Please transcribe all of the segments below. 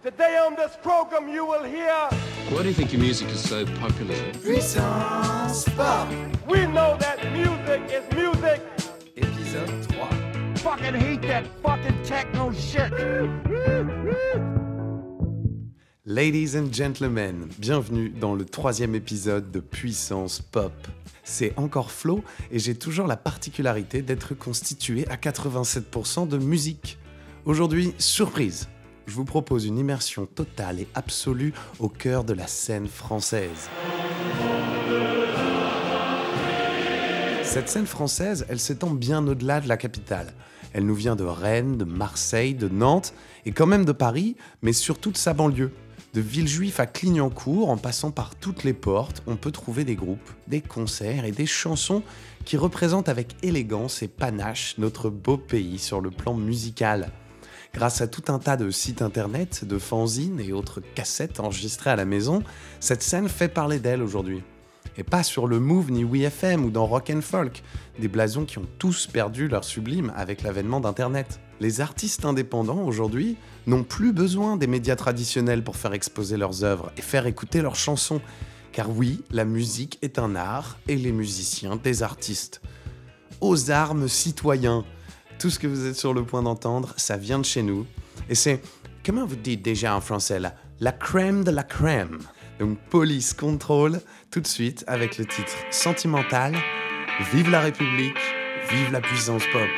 Today on this program you will hear. Why do you think your music is so popular? Puissance Pop. We know that music is music. Épisode 3. Fucking hate that fucking techno shit. Ladies and gentlemen, bienvenue dans le 3e épisode de Puissance Pop. C'est encore Flo et j'ai toujours la particularité d'être constitué à 87% de musique. Aujourd'hui, surprise, je vous propose une immersion totale et absolue au cœur de la scène française. Cette scène française, elle s'étend bien au-delà de la capitale. Elle nous vient de Rennes, de Marseille, de Nantes et quand même de Paris, mais surtout de sa banlieue. De Villejuif à Clignancourt, en passant par toutes les portes, on peut trouver des groupes, des concerts et des chansons qui représentent avec élégance et panache notre beau pays sur le plan musical. Grâce à tout un tas de sites internet, de fanzines et autres cassettes enregistrées à la maison, cette scène fait parler d'elle aujourd'hui. Et pas sur le Move ni WeFM ou dans Rock & Folk, des blasons qui ont tous perdu leur sublime avec l'avènement d'Internet. Les artistes indépendants aujourd'hui n'ont plus besoin des médias traditionnels pour faire exposer leurs œuvres et faire écouter leurs chansons. Car oui, la musique est un art et les musiciens des artistes. Aux armes citoyens. Tout ce que vous êtes sur le point d'entendre, ça vient de chez nous. Et c'est, comment vous dites déjà en français là, la crème de la crème. Donc Police Control, tout de suite avec le titre Sentimental. Vive la République, vive la puissance pop.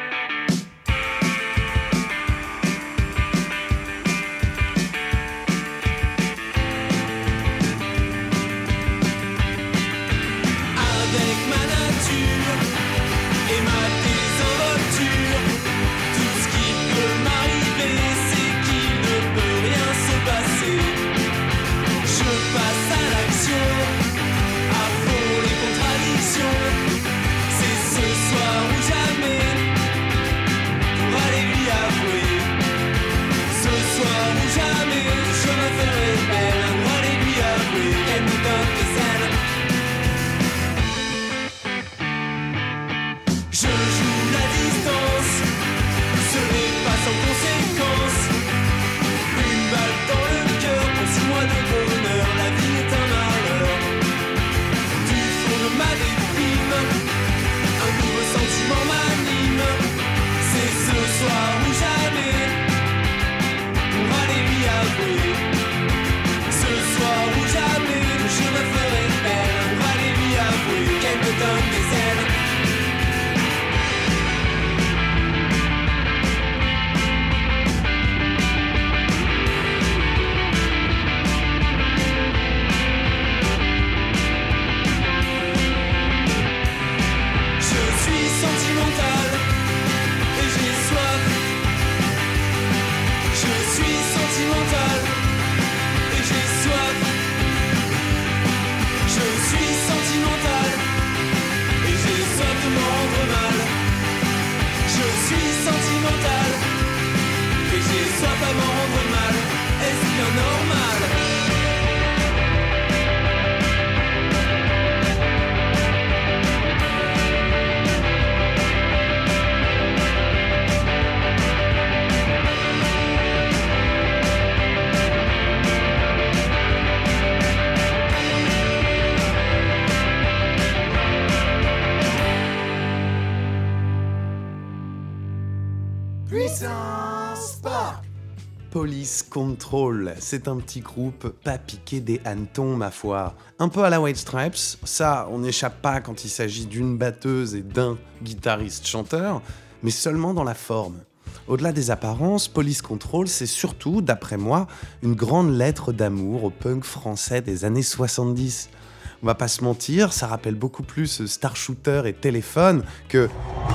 Puissance Pop. Police Control, c'est un petit groupe pas piqué des hannetons ma foi. Un peu à la White Stripes, ça on n'échappe pas quand il s'agit d'une batteuse et d'un guitariste-chanteur, mais seulement dans la forme. Au-delà des apparences, Police Control, c'est surtout, d'après moi, une grande lettre d'amour au punk français des années 70. On va pas se mentir, ça rappelle beaucoup plus Star Shooter et Téléphone que...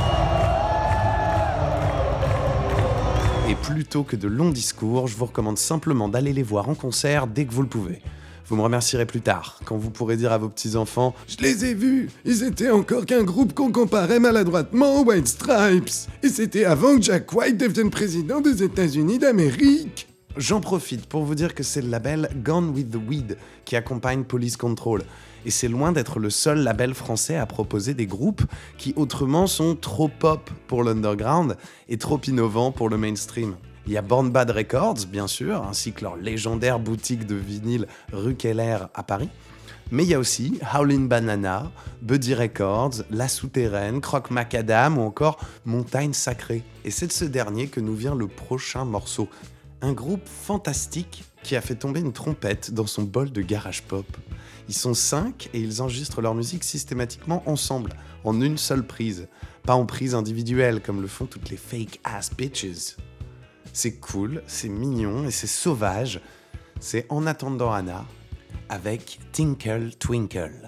Et plutôt que de longs discours, je vous recommande simplement d'aller les voir en concert dès que vous le pouvez. Vous me remercierez plus tard, quand vous pourrez dire à vos petits-enfants « Je les ai vus, ils étaient encore qu'un groupe qu'on comparait maladroitement aux White Stripes. Et c'était avant que Jack White devienne président des États-Unis d'Amérique. » J'en profite pour vous dire que c'est le label Gone with the Weed qui accompagne Police Control. Et c'est loin d'être le seul label français à proposer des groupes qui autrement sont trop pop pour l'underground et trop innovants pour le mainstream. Il y a Born Bad Records, bien sûr, ainsi que leur légendaire boutique de vinyle rue Keller à Paris. Mais il y a aussi Howlin' Banana, Buddy Records, La Souterraine, Croc Macadam ou encore Montagne Sacrée. Et c'est de ce dernier que nous vient le prochain morceau. Un groupe fantastique qui a fait tomber une trompette dans son bol de garage pop. Ils sont 5 et ils enregistrent leur musique systématiquement ensemble, en une seule prise. Pas en prise individuelle comme le font toutes les fake ass bitches. C'est cool, c'est mignon et c'est sauvage. C'est En attendant Anna avec Tinkle Twinkle.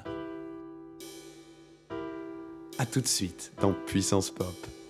A tout de suite dans Puissance Pop.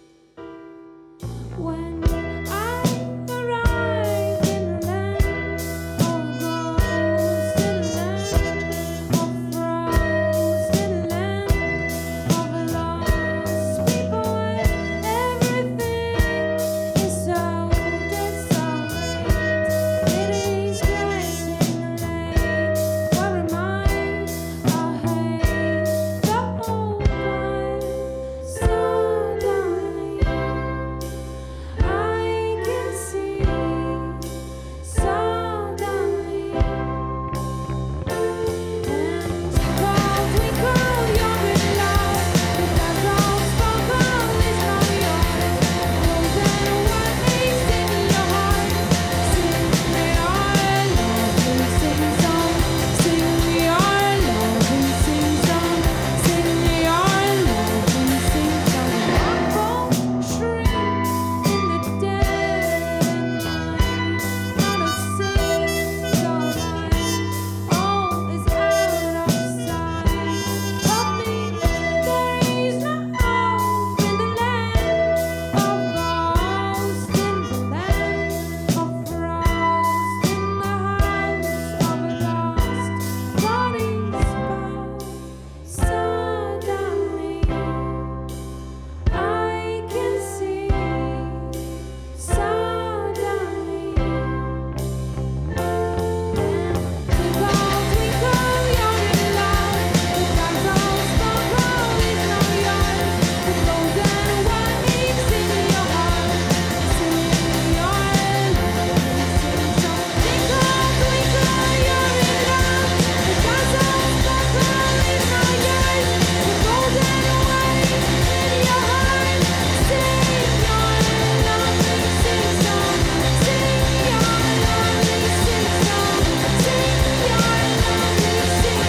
When I arrive in the land of ghosts, in the land of frozen, land of lost people, everything is so desolate. It is getting late. Where am I? I hate the whole world. Suddenly I can see, suddenly, and because we call your love, because all sparkle is not yours, golden wings in your heart. Sing me our love and sing song, sing me our love and sing song, sing me our love and sing song. Won't shrink in the dead night, not a single line. All is out of sight. Help me, there is no hope in the land of ghosts, in the land of frost, in the house of a lost body's bow. Suddenly I can see, suddenly, because we call your love, because all sparkle is not yours, the golden wings in your heart, sing your love and sing song. Because we call your love, because all sparkle is not yours, the golden wings in your heart, sing your love and sing song, sing your love and sing song, sing your love and sing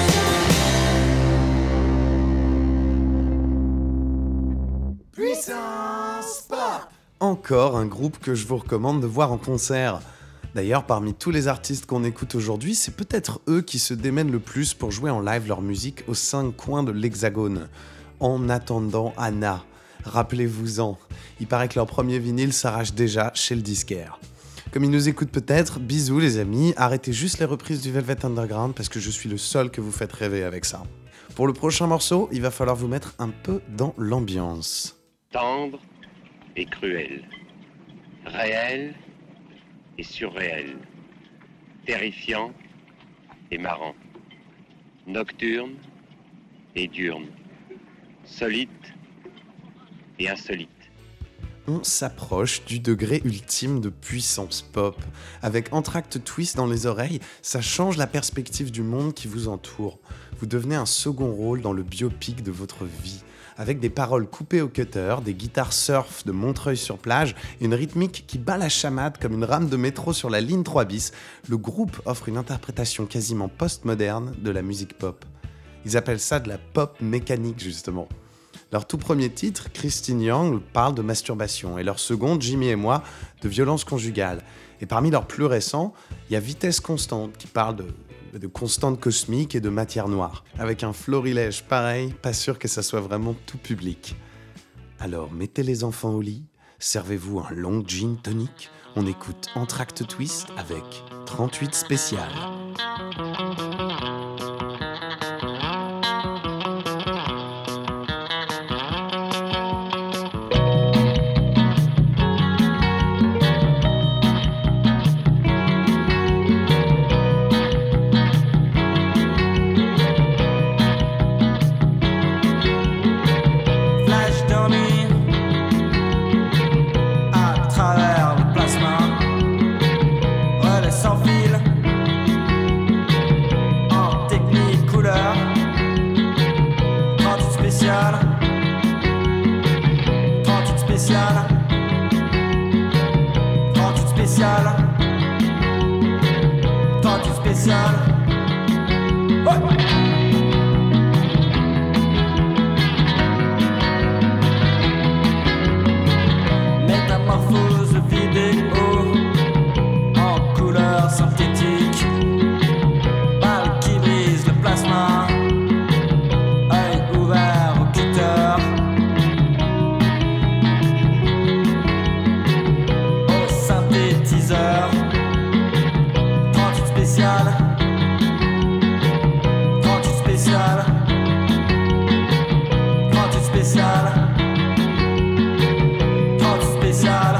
song. Puissance Pop. Encore un groupe que je vous recommande de voir en concert. D'ailleurs, parmi tous les artistes qu'on écoute aujourd'hui, c'est peut-être eux qui se démènent le plus pour jouer en live leur musique aux 5 coins de l'Hexagone. En attendant Anna, rappelez-vous-en, il paraît que leur premier vinyle s'arrache déjà chez le disquaire. Comme ils nous écoutent peut-être, bisous les amis, arrêtez juste les reprises du Velvet Underground parce que je suis le seul que vous faites rêver avec ça. Pour le prochain morceau, il va falloir vous mettre un peu dans l'ambiance. Tendre et cruel, réel et surréel, terrifiant et marrant, nocturne et diurne, solide et insolite. On s'approche du degré ultime de puissance pop. Avec Entr'acte Twist dans les oreilles, ça change la perspective du monde qui vous entoure. Vous devenez un second rôle dans le biopic de votre vie. Avec des paroles coupées au cutter, des guitares surf de Montreuil-sur-Plage et une rythmique qui bat la chamade comme une rame de métro sur la ligne 3 bis, le groupe offre une interprétation quasiment post-moderne de la musique pop. Ils appellent ça de la pop mécanique justement. Leur tout premier titre, Christine Young, parle de masturbation et leur second, Jimmy et moi, de violence conjugale. Et parmi leurs plus récents, il y a Vitesse Constante qui parle de constante cosmique et de matière noire. Avec un florilège pareil, pas sûr que ça soit vraiment tout public. Alors mettez les enfants au lit, servez-vous un long gin tonic, on écoute Entr'acte Twist avec 38 spécial. Flash dormi à travers le plasma. sans fil, en technique couleur, 38 spécial, 38 spécial, 38 spécial, 38 spécial. Ouais. Métamorphose vidéo en couleur synthétique, balle qui brise le plasma, œil ouvert au cutter, au synthétiseur, 38 spécial, 38 spécial, 38 spécial, 38 spécial.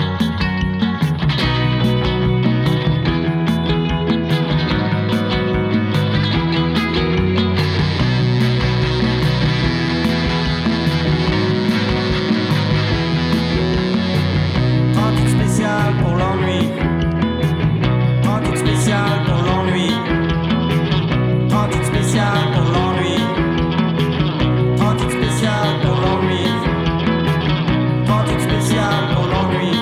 Spécial pour l'ennui, 38 spécial pour l'ennui, 38 spécial pour l'ennui, 38 spécial pour l'ennui, 38 spécial pour l'ennui.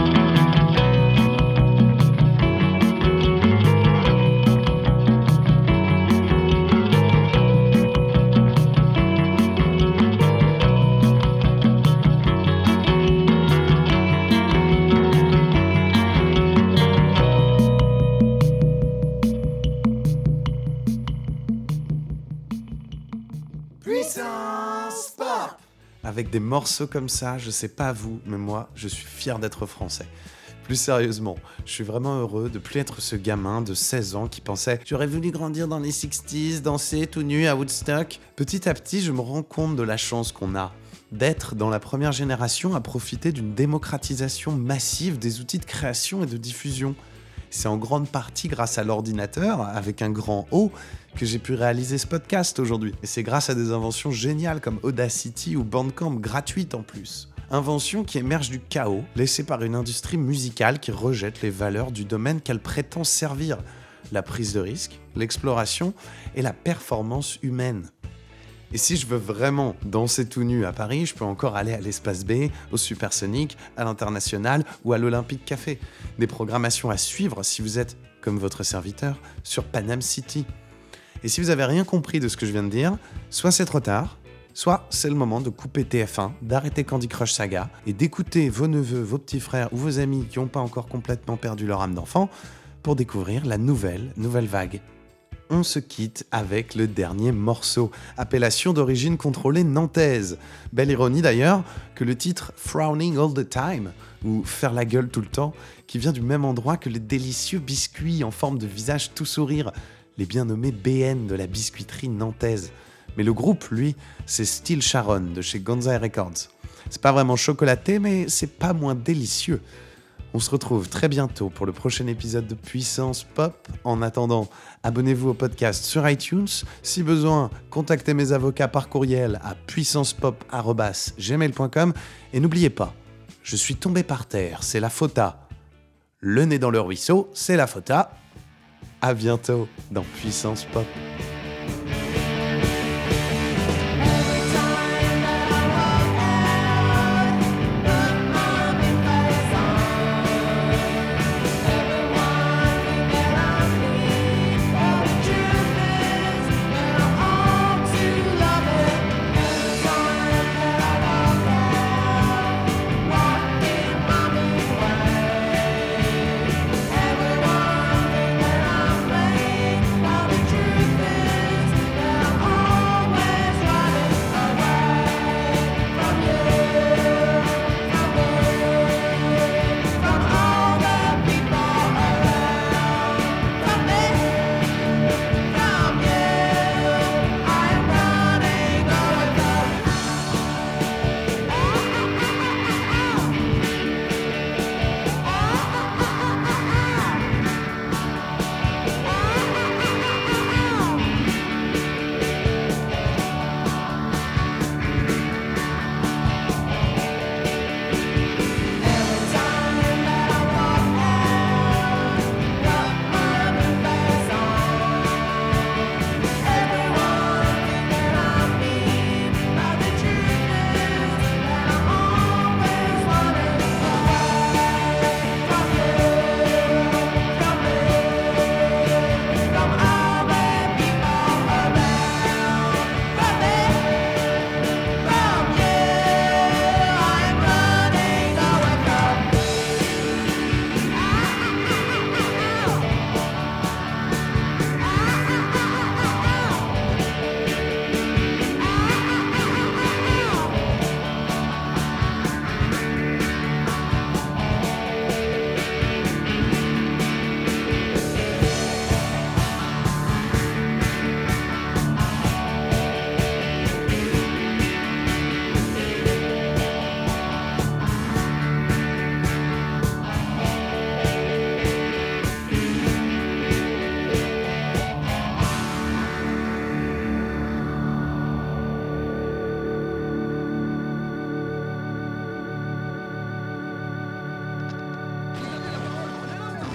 Puissance Pop. Avec des morceaux comme ça, je sais pas vous, mais moi, je suis fier d'être français. Plus sérieusement, je suis vraiment heureux de plus être ce gamin de 16 ans qui pensait « J'aurais voulu grandir dans les 60s, danser tout nu à Woodstock ». Petit à petit, je me rends compte de la chance qu'on a d'être dans la première génération à profiter d'une démocratisation massive des outils de création et de diffusion. C'est en grande partie grâce à l'ordinateur, avec un grand O, que j'ai pu réaliser ce podcast aujourd'hui. Et c'est grâce à des inventions géniales comme Audacity ou Bandcamp, gratuites en plus. Inventions qui émergent du chaos, laissées par une industrie musicale qui rejette les valeurs du domaine qu'elle prétend servir. La prise de risque, l'exploration et la performance humaine. Et si je veux vraiment danser tout nu à Paris, je peux encore aller à l'Espace B, au Supersonic, à l'International ou à l'Olympique Café. Des programmations à suivre si vous êtes, comme votre serviteur, sur Panam City. Et si vous n'avez rien compris de ce que je viens de dire, soit c'est trop tard, soit c'est le moment de couper TF1, d'arrêter Candy Crush Saga et d'écouter vos neveux, vos petits frères ou vos amis qui n'ont pas encore complètement perdu leur âme d'enfant pour découvrir la nouvelle vague. On se quitte avec le dernier morceau, appellation d'origine contrôlée nantaise. Belle ironie d'ailleurs que le titre Frowning All the Time, ou Faire la gueule tout le temps, qui vient du même endroit que les délicieux biscuits en forme de visage tout sourire, les bien nommés BN de la biscuiterie nantaise. Mais le groupe, lui, c'est Steel Sharon de chez Gonzai Records. C'est pas vraiment chocolaté, mais c'est pas moins délicieux. On se retrouve très bientôt pour le prochain épisode de Puissance Pop. En attendant, abonnez-vous au podcast sur iTunes. Si besoin, contactez mes avocats par courriel à puissancepop@gmail.com. Et n'oubliez pas, je suis tombé par terre, c'est la faute à. Le nez dans le ruisseau, c'est la faute à. À bientôt dans Puissance Pop. Truth is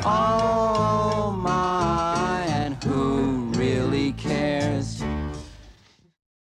all